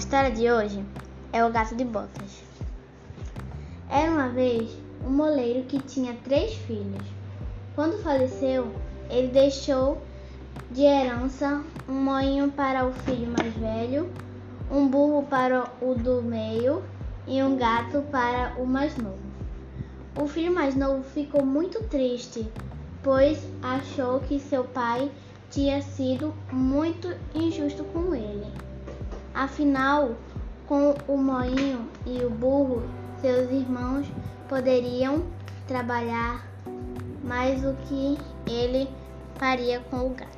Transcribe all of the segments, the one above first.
história de hoje é o gato de botas. Era uma vez um moleiro que tinha 3 filhos. Quando faleceu, ele deixou de herança um moinho para o filho mais velho, um burro para o do meio e um gato para o mais novo. O filho mais novo ficou muito triste, pois achou que seu pai tinha sido muito injusto com ele. Afinal, com o moinho e o burro, seus irmãos poderiam trabalhar mais do que ele faria com o gato.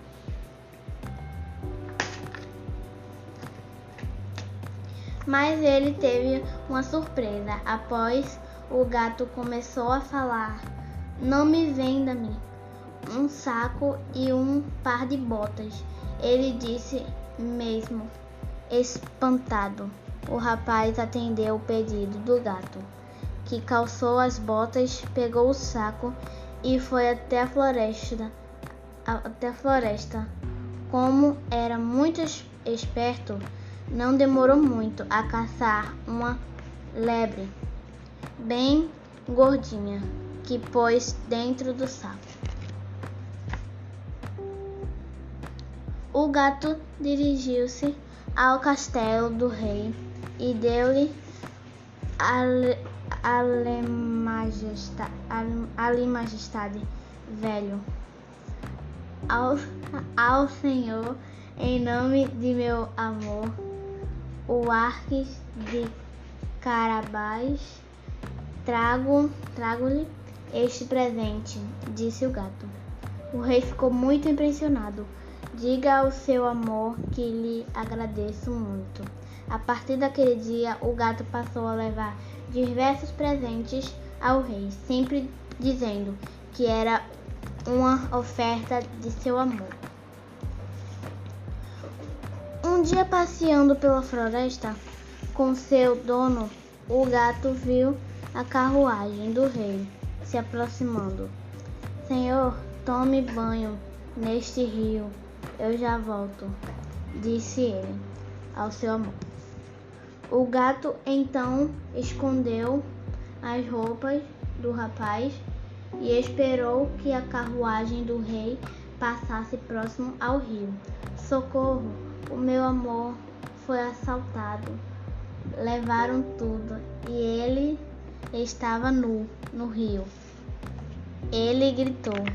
Mas ele teve uma surpresa. Após o gato começou a falar: "Não me venda-me um saco e um par de botas", ele disse mesmo espantado. O rapaz atendeu o pedido do gato, que calçou as botas, pegou o saco e foi até a floresta. Como era muito esperto, não demorou muito a caçar uma lebre bem gordinha, que pôs dentro do saco. O gato dirigiu-se ao castelo do rei e deu-lhe ali majestade velho. Ao Senhor, em nome de meu amor, o Arques de Carabás, trago-lhe este presente, disse o gato. O rei ficou muito impressionado. Diga ao seu amor que lhe agradeço muito. A partir daquele dia, o gato passou a levar diversos presentes ao rei, sempre dizendo que era uma oferta de seu amor. Um dia, passeando pela floresta com seu dono, o gato viu a carruagem do rei se aproximando. "Senhor, tome banho neste rio. Eu já volto", disse ele ao seu amor. O gato então escondeu as roupas do rapaz e esperou que a carruagem do rei passasse próximo ao rio. "Socorro, o meu amor foi assaltado. Levaram tudo e ele estava nu no rio", ele gritou.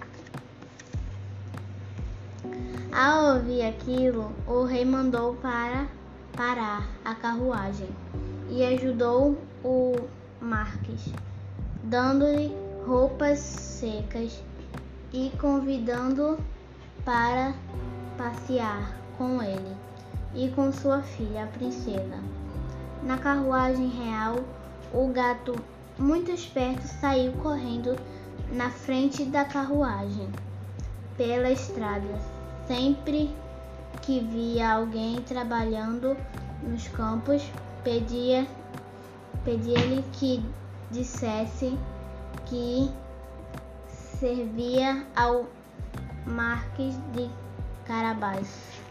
Ao ouvir aquilo, o rei mandou parar a carruagem e ajudou o Marques, dando-lhe roupas secas e convidando-o para passear com ele e com sua filha, a princesa. Na carruagem real, o gato, muito esperto, saiu correndo na frente da carruagem pela estrada. Sempre que via alguém trabalhando nos campos, pedia-lhe que dissesse que servia ao Marques de Carabás.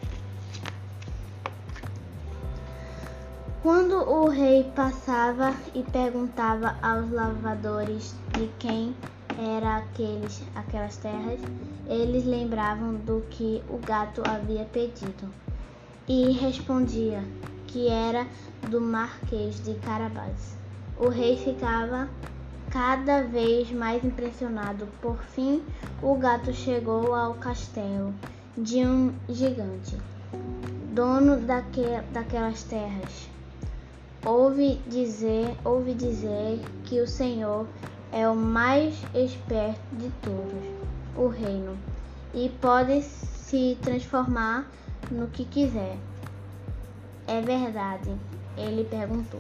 Quando o rei passava e perguntava aos lavradores de quem eram aquelas terras, eles lembravam do que o gato havia pedido e respondia que era do Marquês de Carabás. O rei ficava cada vez mais impressionado. Por fim, o gato chegou ao castelo de um gigante, dono daquelas terras. Ouvi dizer que o senhor é o mais esperto de todos o reino e pode se transformar no que quiser. É verdade? Ele perguntou.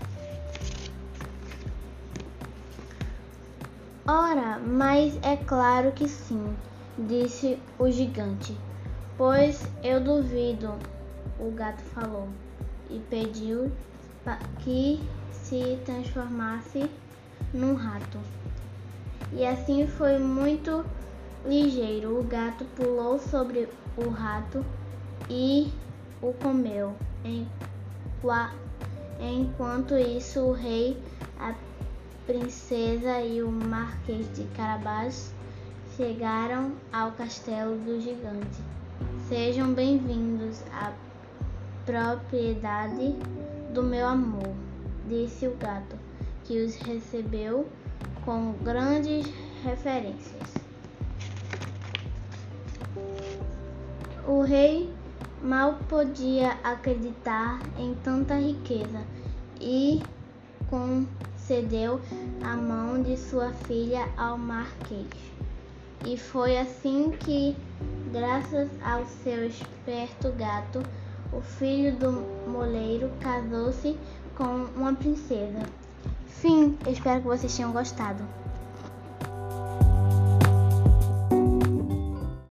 "Ora, mas é claro que sim", disse o gigante. "Pois eu duvido", o gato falou e pediu que se transformasse num rato. E assim foi muito ligeiro. O gato pulou sobre o rato e o comeu Enquanto isso, o rei, a princesa e o Marquês de Carabás chegaram ao castelo do gigante. Sejam bem-vindos à propriedade do meu amor, disse o gato, que os recebeu com grandes reverências. O rei mal podia acreditar em tanta riqueza e concedeu a mão de sua filha ao Marquês. E foi assim que, graças ao seu esperto gato, o filho do moleiro casou-se com uma princesa. Fim. Eu espero que vocês tenham gostado.